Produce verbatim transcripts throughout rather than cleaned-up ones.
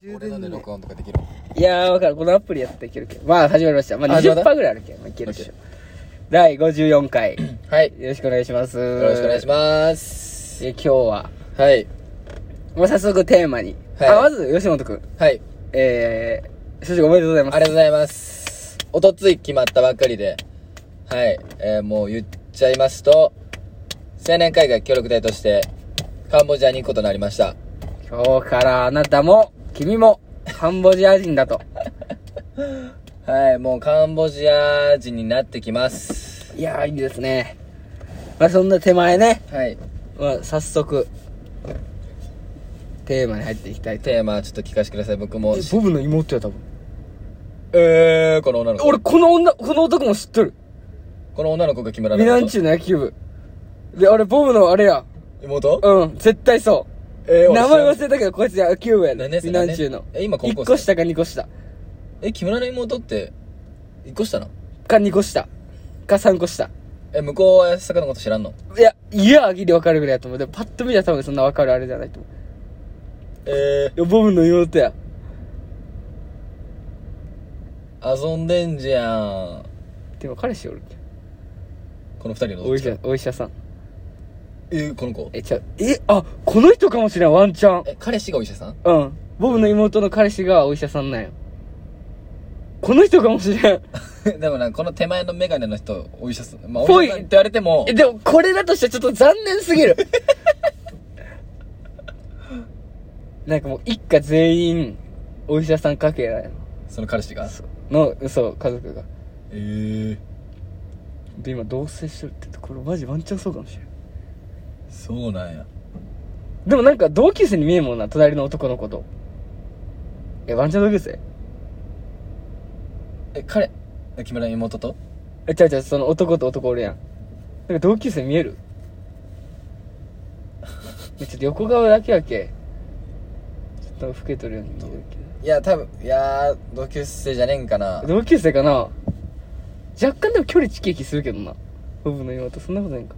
俺ので録音とかできる？ いやー、わかる。このアプリやったらいけるけど。まあ、始まりました。まあ、 始まったにじゅっパーセント ぐらいあるけど、まあ、いけるけど。だいごじゅうよんかい。 はい。 よろしくお願いします。よよろしくお願いします。 え、今日は、 はい。 まあ、早速テーマに。 はいあ、まず、吉本くん。 はい。 えー、正直おめでとうございます。 ありがとうございます。おとつい決まったばっかりで、はい。えー、もう言っちゃいますと、青年海外協力隊として、カンボジアに行くことになりました。 今日からあなたも、君も、カンボジア人だと。 はい。もうカンボジア人になってきます。 いやー、いいですね。まあ、そんな手前ね。 はい。 まあ、早速、テーマに入っていきたいと。 テーマちょっと聞かせてください。僕も。 え、ボブの妹や、多分。 えー、この女の子。 俺、この女、この男も知っとる。 この女の子が木村ミナンチューの野球部。で、あれ、ボブのあれや。 妹うん、絶対そう。 えー、 名前忘れれたけど、こいつ野球部やね。 何年生ミナンチューの。 え、今高校生いっこ下かにこ下。 え、木村の妹って、いっこ下なの？ かにこ下。かさんこ下。 え、向こうは坂のこと知らんの？ いや、いや、あぎり分かるぐらいやと思う。でも、パッと見たら多分そんな分かるあれじゃないと思う。 えいや、ボブの妹や。 ー、遊んでんじゃん。 でも、彼氏おるっけ。 この二人のどお医者っちか。、 お医者さん。 えー、この子。 え、ちゃう、え、あ、この人かもしれん、ワンチャン。 え、彼氏がお医者さん？ うん。ボブの妹の彼氏がお医者さんなんよ。この人かもしれん。 でもな、この手前のメガネの人、お医者さん。まあ、 ぽいお医者さんって言われてもえ、、でも、これだとしたらちょっと残念すぎる。なんかもう、一家全員、お医者さん家系なんよ。 その彼氏が。 の、そう、家族が。 えー、 で、今、同棲してるってところ、マジワンチャンそうかもしれん。 そうなんや。 でもなんか、同級生に見えんもんな、隣の男の子と。え、ワンチャン同級生え、彼、え木村の妹と？ え、ちゃうちゃう、その男と男おるやん。なんか同級生見えるちょっと横顔だけやけ。ちょっと老けとるように見えるいや、多分、いやー、同級生じゃねえんかなけど。。同級生かな。若干でも距離近い気するけどな。ボブの妹、そんなことないんか。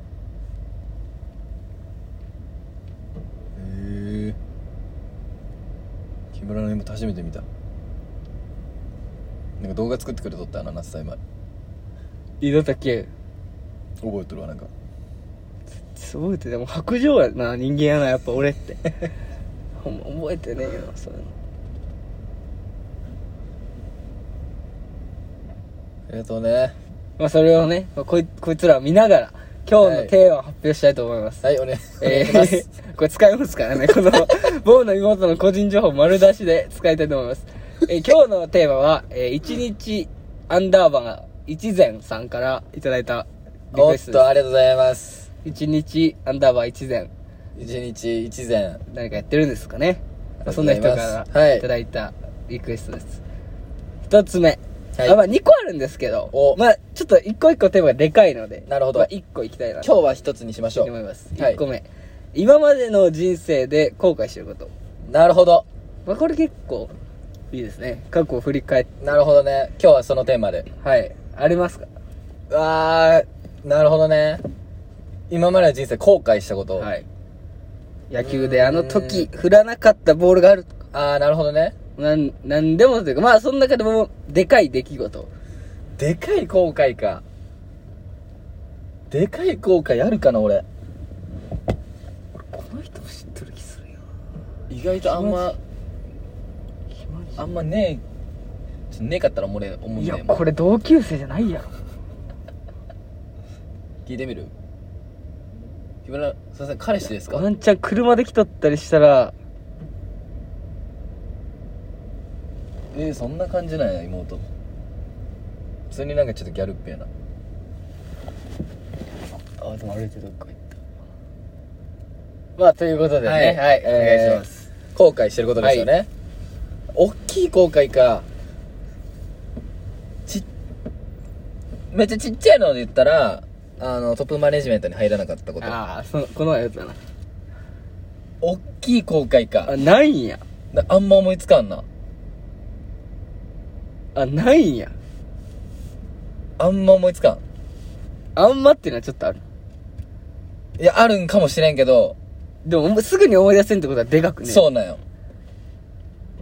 へえ。木村の妹初めて見た。なんか動画作ってくれとったよな、夏祭前。 いいだったっけ。 覚えてるわ、なんか。 すごいってでも白状やな、人間やな、やっぱ俺ってほんま覚えてねえよ、そういうの。 ありがとうね。 まあそれをね、まあ、こいこいつらを見ながら今日のテーマを発表したいと思います。 はい、おね、 えお願いします。 ー、これ使いますからね、このボブの妹の個人情報丸出しで使いたいと思います。えー、今日のテーマは、えー、いちにちアンダーバー一善さんからいただいたリおっクエストです。 と、ありがとうございます。 いちにちアンダーバー一善、 一日一善。 何かやってるんですかね。まあ、 あそんな人かりがとうございますらはいいただいたリクエストです。一つ目。 はいあ、まあにこあるんですけど、 おまあちょっと一個一個テーマがでかいので、 なるほどまあ一個いきたいな今日は一つにしましょと思いうます。 はい一個目。今までの人生で後悔してること。 なるほど。 まあこれ結構いいですね。過去を振り返って、 なるほどね。今日はそのテーマで。 はい。ありますか？ うわー、なるほどね。今までの人生後悔したこと。 はい。野球であの時振らなかったボールがあるとか。 あー、なるほどね。 なん、なんでもというか、まあその中でもでかい出来事。 でかい後悔か。でかい後悔あるかな、俺。 この人も知ってる気するよ。 意外とあんま、 気まじあんまねえ、ちょっとねえかったら俺思うんいや、 だよ。 これ同級生じゃないやろ。 聞いてみる？木村、すいません、彼氏ですか？ ワンチャン車で来とったりしたら、 えー、そんな感じなんや、妹。普通になんかちょっとギャルっぺやな。 あ、でも歩いてどっか行った。まあ、ということでね、はい、 はいお願いえーします。 後悔してることですよね。 は大きい後悔か。ちっ、めっちゃちっちゃいので言ったら、あの、トップマネジメントに入らなかったこと。 ああ、その、このやつだな。 大きい後悔かあ、。ないんや。 なあんま思いつかんな。 あ、ないんや。 あんま思いつかん。 あんまっていうのはちょっとある。 いや、あるんかもしれんけど、 でも、すぐに思い出せんってことはでかくね。 そうなんよ。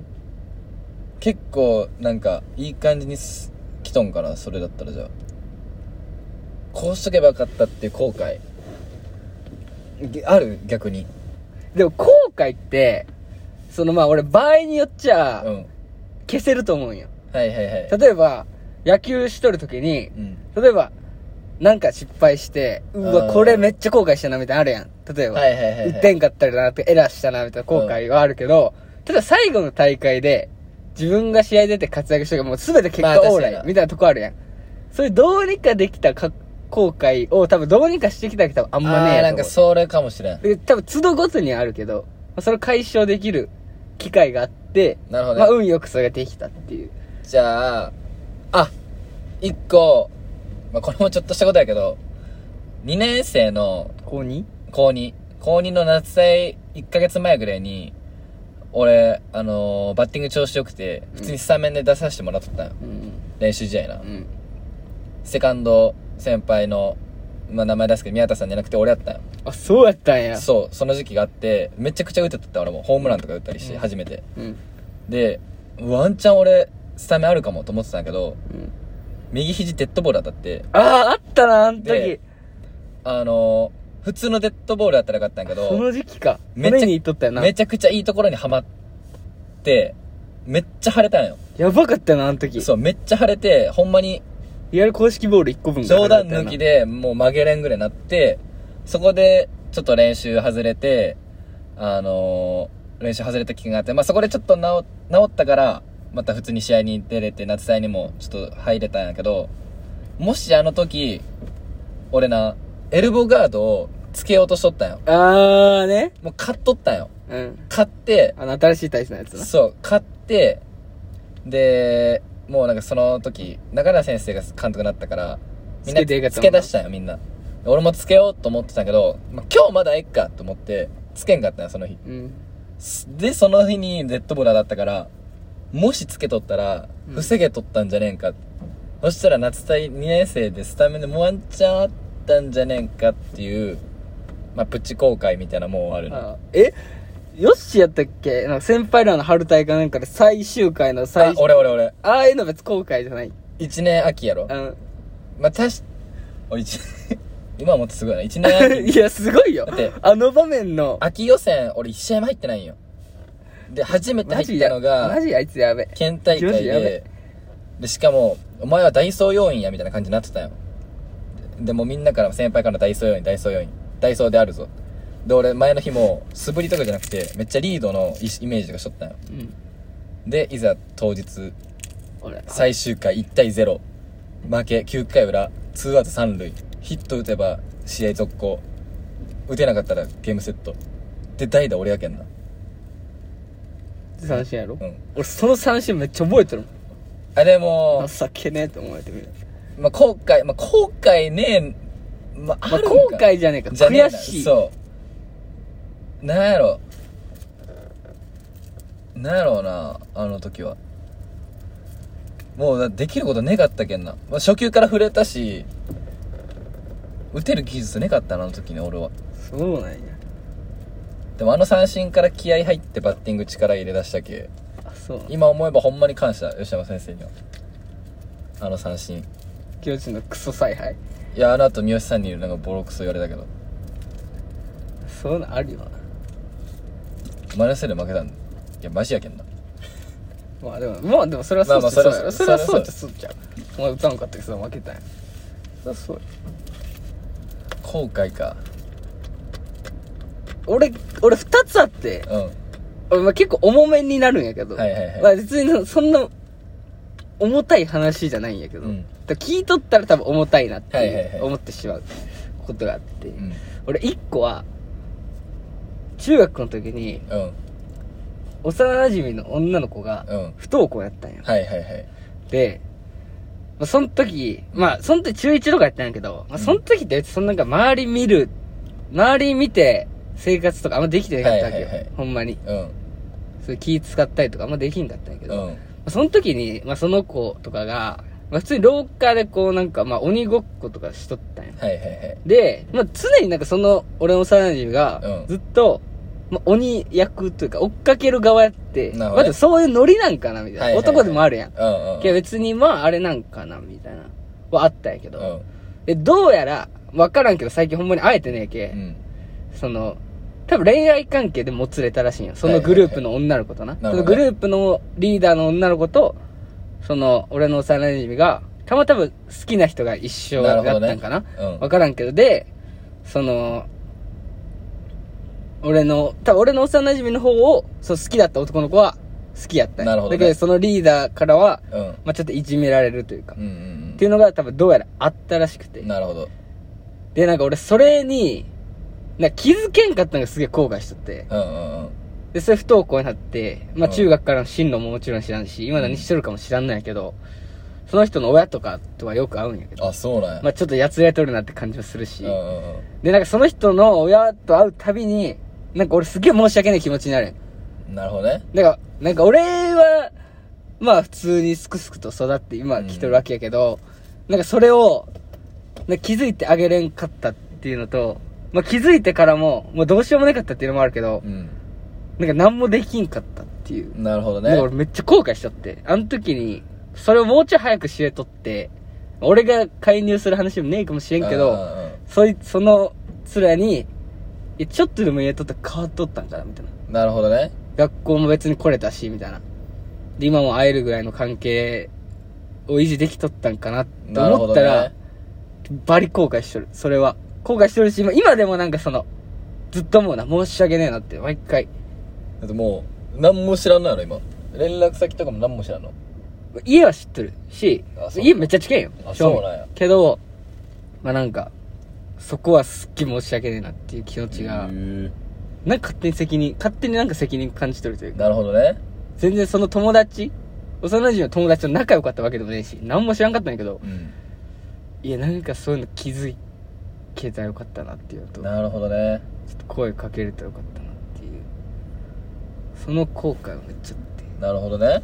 結構なんかいい感じにす来とんかな。それだったらじゃあこうしとけばよかったっていう後悔げある？逆に。 でも後悔ってそのまあ俺場合によっちゃうん消せると思うんよ。 はいはいはい。 例えば野球しとる時に、 うん、 例えばなんか失敗してうわこれめっちゃ後悔したなみたいなのあるやん。例えば、 はいはいはいはい、 打ってんかったらなってエラーしたなみたいな後悔はあるけど、うん、ただ最後の大会で自分が試合出て活躍してるからもう全て結果オーライみたいなとこあるやん。それどうにかできたか後悔を多分どうにかしてきたけど多分あんまねえやと思う。あーなんかそれかもしれん。 で多分都度ごとにあるけど、それを解消できる機会があって、 なるほど、ね、 まあ運よくそれができたっていう。 じゃああ一個、まあ、これもちょっとしたことやけど、にねん生の高 に？ 高に高にの夏祭いっかげつまえぐらいに俺あのー、バッティング調子よくて普通にスタメンで出させてもらっとったよ、うん、練習試合な、うん、セカンド先輩の、まあ、名前出すけど宮田さんじゃなくて俺やったよ。 あ、そうやったんや。 そう、その時期があってめちゃくちゃ打てとった俺もホームランとか打ったりして、うん、初めて、うん、でワンチャン俺スタメンあるかもと思ってたんだけど、うん、右肘デッドボール当たって、 あああったなあの時。 あのー普通のデッドボールだったらよかったんやけど、 その時期か。めっちゃいいとったよな。 めちゃくちゃいいところにはまって、めっちゃ腫れたんよ。 やばかったよな、あの時。 そう、めっちゃ腫れて、ほんまに。 リアル公式ボールいっこぶん冗談抜きで、もう曲げれんぐらいになって、そこで、ちょっと練習外れて、あのー、練習外れた期間があって、まあ、そこでちょっと治、治ったから、また普通に試合に出れて、夏祭にもちょっと入れたんやけど、もしあの時、俺な、エルボガードをつけようとしとったんよ。 あーね。 もう買っとったんよ。 うん。 買って、 あの新しいタイプのやつな。 そう、買って、で、もうなんかその時、中田先生が監督になったから、みんなつけ出したんよ、みんな。俺もつけようと思ってたけど、まあ、今日まだええかと思って、つけんかったんよ、その日。うん。で、その日にデッドボーラーだったから、もしつけとったら、防げとったんじゃねえんか。うん、そしたら夏隊にねん生でスタメンでもうワンチャンあったんじゃねえんかっていう、まあ、プチ後悔みたいなもんあるの。 えヨッシーやったっけ？なんか先輩らの春大会なんかで最終回の最終。 あ、俺俺俺。 ああいうの別後悔じゃない。 一年秋やろ。 うん。 まあ、たし、お、一年、今思ってすごいな。一年秋。 いや、すごいよ。だって、あの場面の。 秋予選、俺一試合も入ってないんよ。で、初めて入ったのが、 マジあいつやべ。 県大会で、で、しかも、お前はダイソー要員や、みたいな感じになってたよ。でもみんなから、先輩からダイソー要員、ダイソー要員。ダイソーであるぞ。で、俺、前の日も、素振りとかじゃなくて、めっちゃリードのイメージとかしとったんよ。うん、で、いざ当日、最終回いちたいゼロ。負け、きゅうかい裏、ツーアウトさん塁。ヒット打てば、試合続行。打てなかったらゲームセット。で、代打俺やけんな。 三振やろ、うん、俺、その三振めっちゃ覚えてるもん。 あれも、 情けねえと思えてみる。 まあ、後悔、まあ、後悔ねえ、まあ、あるんか、 まあ、後悔じゃねえか。悔しい。 そう。なんやろ。なんやろうな、あの時は。もう、できることねかったけんな。まあ、初球から触れたし、打てる技術ねかったな、あの時に俺は。 そうなんや。 でもあの三振から気合入ってバッティング力入れ出したけ。 あ、そう。 今思えばほんまに感謝、吉山先生には。あの三振。 清地のクソ采配。 いや、あの後三好さんになんかボロクソ言われたけど。 そういうのあるよな。 お前のせいで負けたんだ。いや、マジやけんな。 まあでも、まあでもそれはそうっちゃ、まあまあそれはそれはそうっちゃそうっちゃう。お前打たんかったけど負けたんや。それはそう。 後悔か。 俺、俺二つあって、うん。俺、まあ、結構重めになるんやけど、 はいはいはい。 まあ別にそんな重たい話じゃないんやけど、うん、だ聞いとったら多分重たいなって思ってしまうことがあって、うん、俺一個は、中学の時に、うん、幼馴染の女の子が不登校やったんや。 はいはいはい。 で、まあ、その時、まあ、その時中いちとかやったんやけど、まあ、その時って別にそんなんか周り見る、周り見て生活とかあんまできてなかったわけよ。はいはいはい、ほんまに。うん。そういう気使ったりとかあんまできんかったんやけど、うん、まあ、その時に、まあ、その子とかが、まあ、普通に廊下でこうなんか、まあ、鬼ごっことかしとったんや。 はいはいはい。 で、まあ、常になんかその、俺の幼馴染が、ずっと、 まあ、鬼役というか追っかける側やって、まあ、そういうノリなんかなみたいな、はいはいはい、男でもあるやん、うんうん、けど別にまああれなんかなみたいなはあったんやけど、うん、でどうやら分からんけど最近ほんまに会えてねえけ、うん、その多分恋愛関係でもつれたらしいんよ、そのグループの女の子とな、はいはいはい、そのグループのリーダーの女の子とその俺の幼馴染がたまたま好きな人が一緒だったんかな、ね、うん、分からんけど、でその俺の多分俺の幼馴染の方をそう好きだった男の子は好きやったんや。なるほど、ね、だけどそのリーダーからは、うん、まあちょっといじめられるというか、うんうんうん、っていうのが多分どうやらあったらしくて。 なるほど。 でなんか俺それになんか気づけんかったのがすげえ後悔しとって、うんうんうん、でそれ不登校になって、まあ中学からの進路ももちろん知らんし、今何してるかも知らんないやけど、その人の親とかとはよく会うんやけど、 あ、そうなんや。 まあちょっとやつやとるなって感じもするし、うんうんうん、でなんかその人の親と会うたびになんか俺すげえ申し訳ない気持ちになる。 なるほどね。 だから、なんか俺は、まあ普通にすくすくと育って今来てるわけやけど、うん、なんかそれを、なんか気づいてあげれんかったっていうのと、まあ気づいてからも、もうどうしようもなかったっていうのもあるけど、うん、なんか何もできんかったっていう。 なるほどね。 だから俺めっちゃ後悔しちゃって、あの時に、それをもうちょい早く知れとって、俺が介入する話もねえかもしれんけど、そい、その面に、いやちょっとでも言えとったら変わっとったんかなみたいな。 なるほどね。 学校も別に来れたしみたいな。で今も会えるぐらいの関係を維持できとったんかなって思ったら、ね、バリ後悔しとる。それは後悔しとるし、今でもなんかそのずっと思うな、申し訳ねえなって毎回。 だってもう何も知らんのやろ今。連絡先とかも何も知らんの。 家は知ってるし、家めっちゃ近いよ。 あ、そうなんや。 けどまあなんかそこはすっげえ申し訳ねえなっていう気持ちが、なんか勝手に責任、勝手になんか責任感じとるというか。 なるほどね。 全然その友達、幼馴染の友達と仲良かったわけでもねえし、何も知らんかったんやけど、うん、いやなんかそういうの気づけたらよかったなっていうのと、 なるほどね。 ちょっと声かけれたらよかったなっていう、その後悔をめっちゃって。 なるほどね。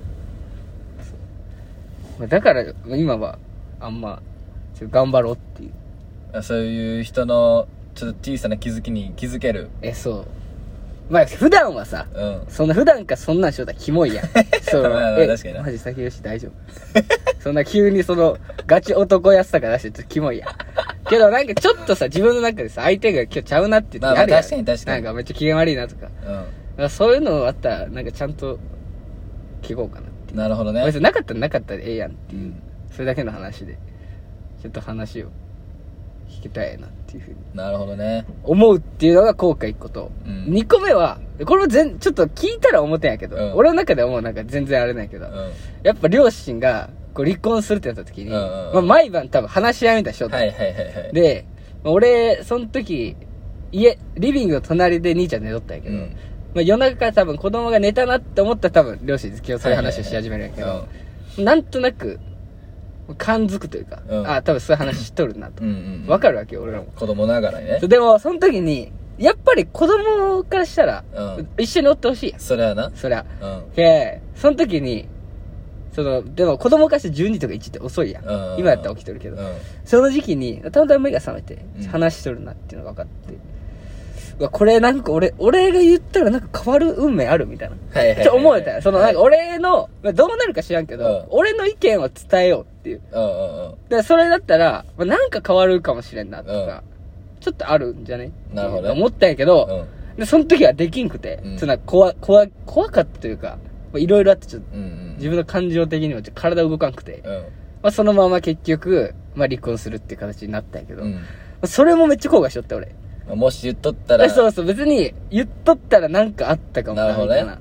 だから今はあんまちょっと頑張ろうっていう。 そういう人のちょっと小さな気づきに気づける。 え、そう。まあ普段はさ、うん、そんな普段かそんなんしようたらキモいやん。そう。え、確かにな。マジ先よし大丈夫。そんな急にそのガチ男やすさから出してちょっとキモいやん。けどなんかちょっとさ、自分の中でさ、相手が今日ちゃうなって言ってやるやん。 確かに確かに。 なんかめっちゃ機嫌悪いなとか。うん。だからそういうのあったらなんかちゃんと聞こうかなっていう。 なるほどね。 別になかったらなかったらええやんっていう、うん、それだけの話でちょっと話を聞きたいなっていうふうに。 なるほどね。 思うっていうのが後悔いっこと、うん、にこめはこれも全ちょっと聞いたら思ってんやけど、うん、俺の中ではもうなんか全然あれないけど、うん、やっぱ両親がこう離婚するってなった時に、うんうんうん、まあ、毎晩多分話し合いみたいなしようと、はいはいはいはい、で、まあ、俺その時家リビングの隣で兄ちゃん寝とったんやけど、うん、まあ、夜中から多分子供が寝たなって思ったら多分両親今日そういう話をし始めるんやけど、はいはいはい、なんとなく感づくというか、うん、あ、多分そういう話しとるなと。うんうん、うん、わかるわけよ、俺らも。 子供ながらにね。 でも、その時に、やっぱり子供からしたら、うん、一緒におってほしいやん。 そりゃな。 そりゃ。うん。へその時に、その、でも子供からしてじゅうにとかいちって遅いやん。うん、今やったら起きとるけど、うん、その時期に、たまたま目が覚めて、話しとるなっていうのが分かって、うわ、これなんか俺、俺が言ったらなんか変わる運命あるみたいな。はいはいはいはい、って思えたよ。そのなんか俺の、まあ、どうなるか知らんけど、うん、俺の意見を伝えようっていう。うんうんうん。で、それだったら、まあ、なんか変わるかもしれんなとか、うん、ちょっとあるんじゃねなるほど、ね。 思ったんやけど、うん、で、その時はできんくて、うん、そんな怖、怖、怖かったというか、いろいろあってちょっと、うんうん、自分の感情的にもちょっと体動かんくて、うん、まあ、そのまま結局、まあ離婚するっていう形になったんやけど、うん、それもめっちゃ後悔しとって俺。 もし言っとったら。 そうそう、別に言っとったらなんかあったかもな、みたいな。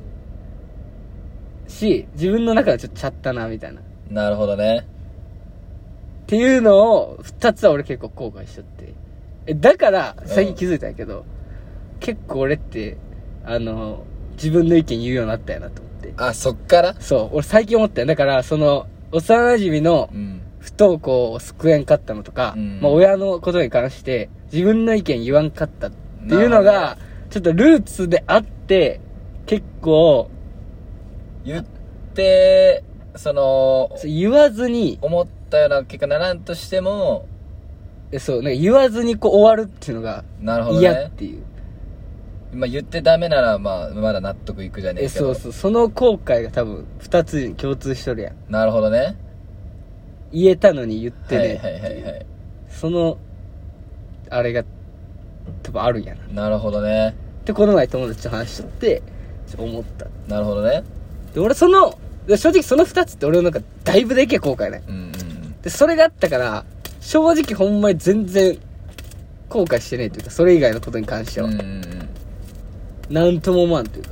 し、自分の中でちょっとちゃったな、みたいな。 なるほどね。 っていうのを、二つは俺結構後悔しちゃって。え、だから、最近気づいたんやけど、うん、結構俺って、あの、自分の意見言うようになったやなと思って。 あ、そっからそう、俺最近思ったよ。だから、その、幼馴染の、うん不登校を救えんかったのとか、うん、まあ親のことに関して自分の意見言わんかったっていうのがちょっとルーツであって結構言ってその言わずに思ったような結果ならんとしてもそうなんか言わずにこう終わるっていうのが嫌っていう、ね、 まあ言ってダメならまあまだ納得いくじゃねえけど。 えそうそうその後悔が多分二つに共通しとるやん。 なるほどね。 言えたのに言ってねはいはいはいはい。 そのあれが多分あるんやな。 なるほどね。 でこの前友達と話しとって思った。 なるほどね。 で俺その正直その二つって俺の中だいぶでけえ後悔ね。 うんうんうん。 でそれがあったから正直ほんまに全然後悔してねえというかそれ以外のことに関しては、うんうんうん、なんとも思わんというか。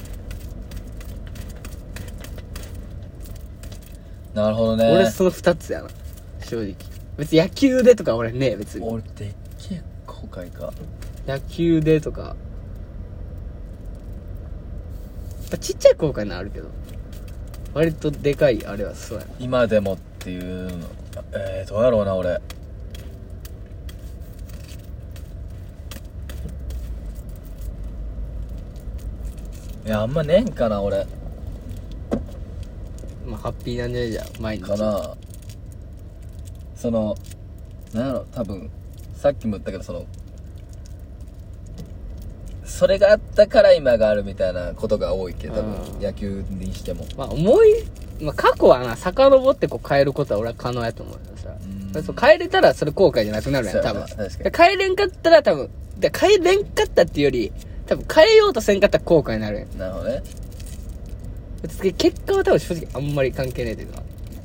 なるほどね。 俺その二つやな正直。別に野球でとか俺ねえ別に。 俺でっけえ後悔か。 野球でとかやっぱちっちゃい後悔のあるけど割とでかいあれはそうやな。 今でもっていうのえーどうやろうな俺。いやあんまねえんかな俺。 まあハッピーなんじゃねえじゃん毎日かな。そのなんやろ多分さっきも言ったけどそのそれがあったから今があるみたいなことが多いけど、多分野球にしてもまあ思い、まあ、過去はな遡ってこう変えることは俺は可能やと思うよさ。そう変えれたらそれ後悔じゃなくなるやん多分。変えれんかったら多分で変えれんかったっていうより多分変えようとせんかったら後悔になるやん。 なるほどね。 結果は多分正直あんまり関係ねえというか。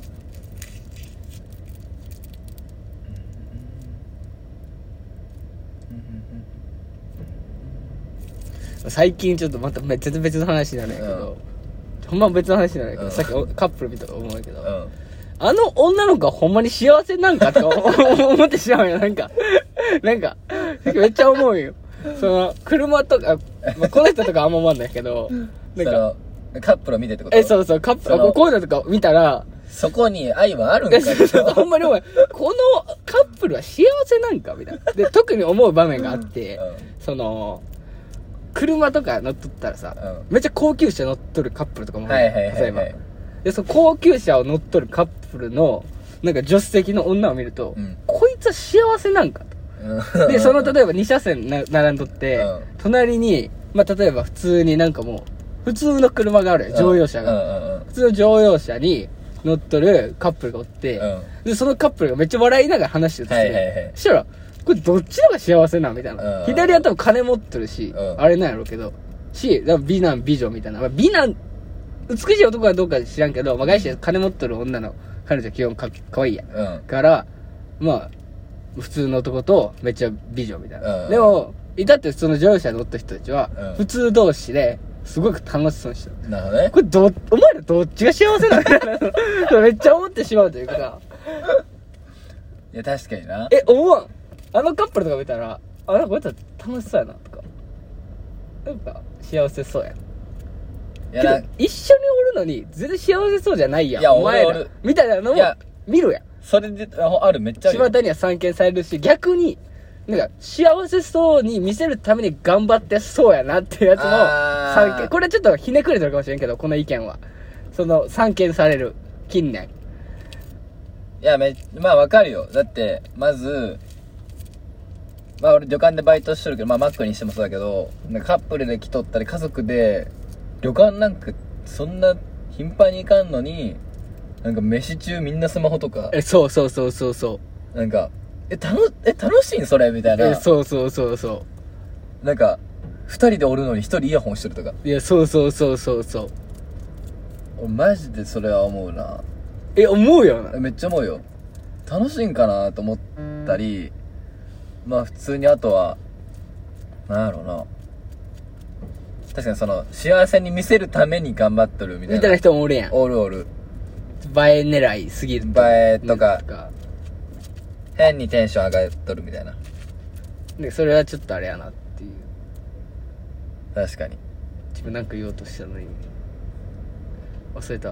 最近ちょっとまた全然別の話になるんやけど、うん、ほんま別の話になるんやけど、うん、さっきカップル見たと思うんやけど、うん、あの女の子はほんまに幸せなんかとか思ってしまうよ。なんかなんかめっちゃ思うよ。その車とか、まあ、この人とかあんま思わんないけどなんかカップルを見てってこと？ えそうそうカップルこういうのとか見たらそこに愛はあるんかい。 ほんまにお前このカップルは幸せなんかみたいな。で特に思う場面があって、うん、その車とか乗っとったらさ、うん、めっちゃ高級車乗っとるカップルとかもある、はいはいはいはい、例えばでその高級車を乗っとるカップルのなんか助手席の女を見ると、うん、こいつは幸せなんかと、うん、でその例えばに車線な並んどって、うん、隣にまあ例えば普通になんかもう普通の車があるよ乗用車が、うんうんうん、普通の乗用車に乗っとるカップルがおって、うん、でそのカップルがめっちゃ笑いながら話してるとして、はいはいはい、そしたらこれどっちの方が幸せなみたいな、うん、左は多分金持ってるし、うん、あれなんやろうけどし美男美女みたいな、まあ、美男美しい男はどうか知らんけど、まあ、外資で金持ってる女の彼女基本かかわいいや、うん、からまあ普通の男とめっちゃ美女みたいな、うん、でもいたってその乗用車に乗った人たちは、うん、普通同士ですごく楽しそうにしてる。 なるほどね。 これどお前らどっちが幸せなのみたいなめっちゃ思ってしまうというかいや確かにな。 え思わんあのカップルとか見たらあなんかこいつら楽しそうやなとかなんか幸せそうやん。いや一緒におるのに全然幸せそうじゃないやん。いやお前らみたいなのも見るやん。 それであるめっちゃあるよ。 巷には散見されるし逆になんか幸せそうに見せるために頑張ってそうやなっていうやつも散見。これちょっとひねくれてるかもしれんけどこの意見はその散見される近年。 いやめまあわかるよ。だってまずまあ俺旅館でバイトしてるけどまあマックにしてもそうだけどなんかカップルで来とったり家族で旅館なんかそんな頻繁に行かんのになんか飯中みんなスマホとかえそうそうそうそうそうなんかえたのえ楽しいんそれみたいなえそうそうそうそうなんか二人でおるのに一人イヤホンしてるとかいやそうそうそうそうそう俺マジでそれは思うな。 え思うよな。 めっちゃ思うよ。楽しいんかなと思ったりまあ普通にあとはなんやろうな確かにその幸せに見せるために頑張っとるみたいなみたいな人もおるやん。 おるおる。 映え狙いすぎる映えとか変にテンション上がっとるみたいなでそれはちょっとあれやなっていう。 確かに自分なんか言おうとしたのに忘れた。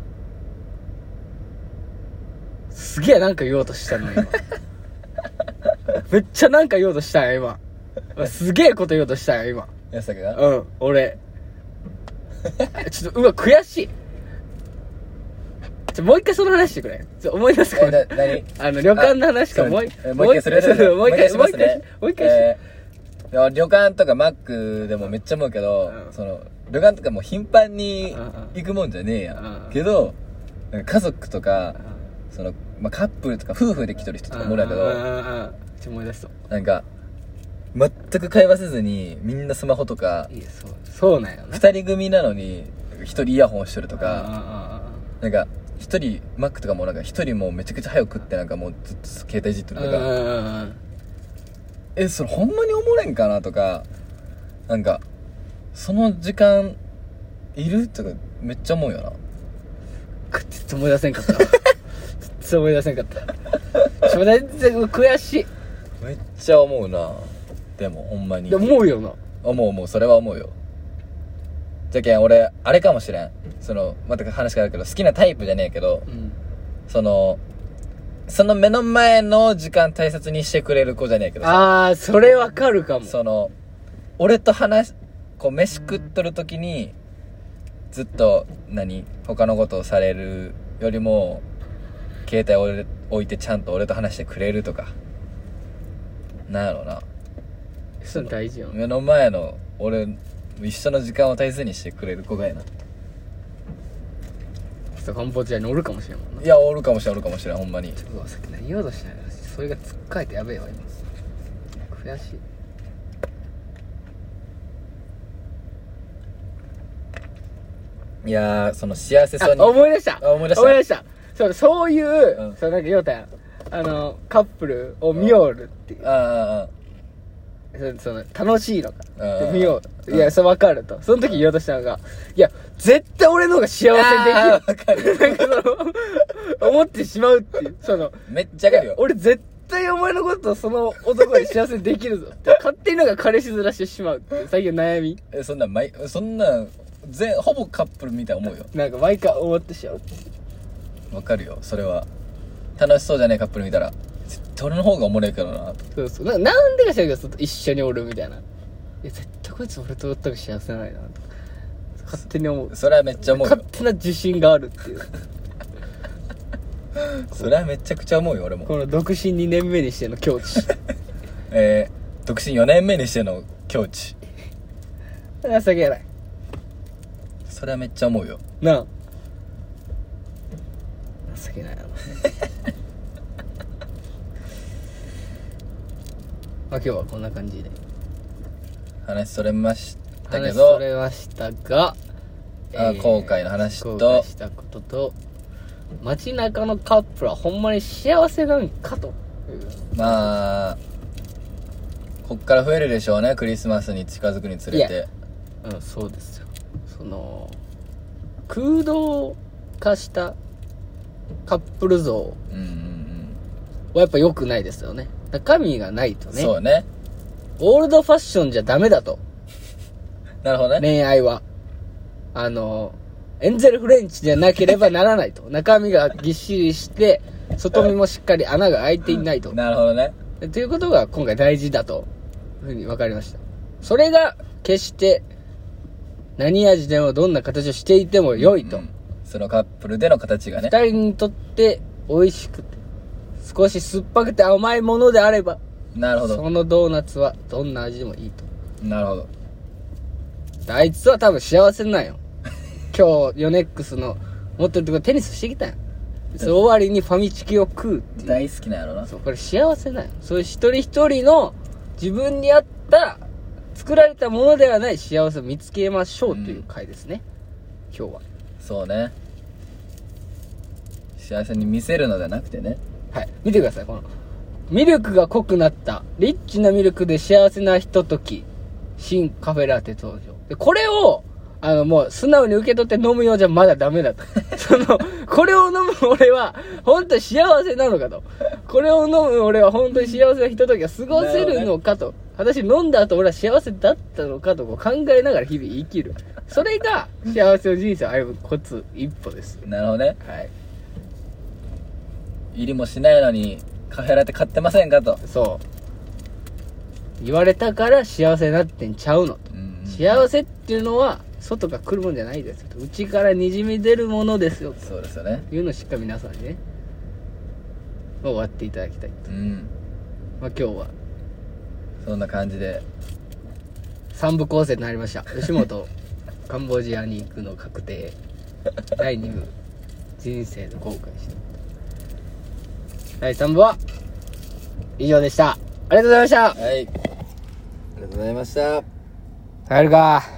すげえなんか言おうとしたの今めっちゃなんか言おうとしたんや今すげえこと言おうとしたんや今安坂がうん俺ちょっとうわ悔しい。ちょもう一回その話してくれ。ちょ思い出すから、えー、何あの旅館の話かもう一回もう一回するもう一回もう一回もう一回、えーいや旅館とかマックでもめっちゃ思うけど、うん、その旅館とかもう頻繁に行くもんじゃねえやん、うん、けどなんか家族とか、うん、その、まあ、カップルとか夫婦で来とる人とかもおるやけど、うんうんうん、 思い出そう。 なんか全く会話せずにみんなスマホとか、 いやそうそうなんよな。 二人組なのに一人イヤホンしとるとか、なんか一人マックとかもなんか一人もうめちゃくちゃ早く食ってなんかもうずっと携帯いじってるとか、えそれほんまにおもれんかなとか、なんかその時間いるとかめっちゃ思うよな。 ちょっと思い出せんかったちょっと思い出せんかったちょ全然悔しい。 めっちゃ思うな。でもほんまにでも思うよな。 思う思う、それは思うよ。じゃけん俺あれかもしれん、そのまた話変わるけど好きなタイプじゃねえけど、うん、そのその目の前の時間大切にしてくれる子じゃねえけど、 ああそれわかるかも。 その俺と話こう飯食っとる時にずっと何他のことをされるよりも携帯を置いてちゃんと俺と話してくれるとか、なんやろうな、 それ大事よ。 目の前の俺一緒の時間を大切にしてくれる子がやな。 カンボジアにおるかもしれんもんな。 いやおるかもしれんおるかもしれんほんまに。 ちょっとさっき何言おうとしないからそれがつっかえてやべえわ今。悔しい。いやーその幸せそうに思い出した思い出した思い出したそうそういう、うん、そうなんか言おうたやん、あのカップルを見よるっていう、 ああああその楽しいのか見よう、いやそれ分かると、その時言おうとしたのが、いや絶対俺の方が幸せできるなんかその思ってしまうっていう、そのめっちゃわかるよ。 俺絶対お前のことその男に幸せにできるぞって勝手になんか彼氏ずらしてしまうっていう最近の悩み。 えそんな毎そんな全ほぼカップルみたいな思うよ。 なんか毎回思ってしまう。 わかるよそれは。楽しそうじゃねえカップル見たら絶対俺の方がおもろいからなと。 そうそう な, なんでか知らんけど一緒におるみたいな、いや絶対こいつ俺とおったら幸せないなと勝手に思う。 それはめっちゃ思うよ。 勝手な自信があるっていうそれはめちゃくちゃ思うよ俺も。 この独身にねんめにしての境地えー、独身よねんめにしての境地情けない。 それはめっちゃ思うよなあ情けないなまあ今日はこんな感じで話それましたけど、 話それましたが、 あ、えー、後悔の話と後悔したことと街中のカップルはほんまに幸せなんかと。 まあこっから増えるでしょうね、クリスマスに近づくにつれて。 うん、そうですよ。その空洞化したカップル像はやっぱ良くないですよね。中身がないとね。 そうね。 オールドファッションじゃダメだと。 なるほどね。 恋愛はあのエンゼルフレンチじゃなければならないと。中身がぎっしりして外身もしっかり穴が開いていないと。 なるほどね。 ということが今回大事だというふうに分かりました。それが決して何味でもどんな形をしていても良いと、うんうん、 そのカップルでの形がね、 二人にとって美味しくて少し酸っぱくて甘いものであれば、 なるほど、 そのドーナツはどんな味でもいいと。 なるほど。 あいつは多分幸せなんよ今日ヨネックスの持ってるところテニスしてきたよ。その終わりにファミチキを食うっていう。 大好きなんやろな。 そう、これ幸せなんよ。そういう一人一人の自分に合った作られたものではない幸せを見つけましょうという回ですね、うん、今日は。 そうね、幸せに見せるのではなくてね。 はい、見てください。このミルクが濃くなったリッチなミルクで幸せなひととき、新カフェラテ登場で、これをあのもう素直に受け取って飲むようじゃまだダメだとそのこれを飲む俺は本当に幸せなのかと、これを飲む俺は本当に幸せなひとときが過ごせるのかと、果たして飲んだ後俺は幸せだったのかとこう考えながら日々生きる、それが幸せの人生を歩むコツ一歩です。 なるほどね。 はい。 入りもしないのにカフェラテ買ってませんかと。 そう言われたから幸せになってんちゃうのと、うんうん、幸せっていうのは外が来るもんじゃないですよと、内からにじみ出るものですよと。 そうですよね。 いうのをしっかり皆さんにね終わっていただきたいと、 うん、 まあ今日はそんな感じでさん部構成となりました。吉本カンボジアに行くの確定。だいに部人生の後悔した。だいさん部は以上でした。ありがとうございました。 はい、ありがとうございました。 帰るか。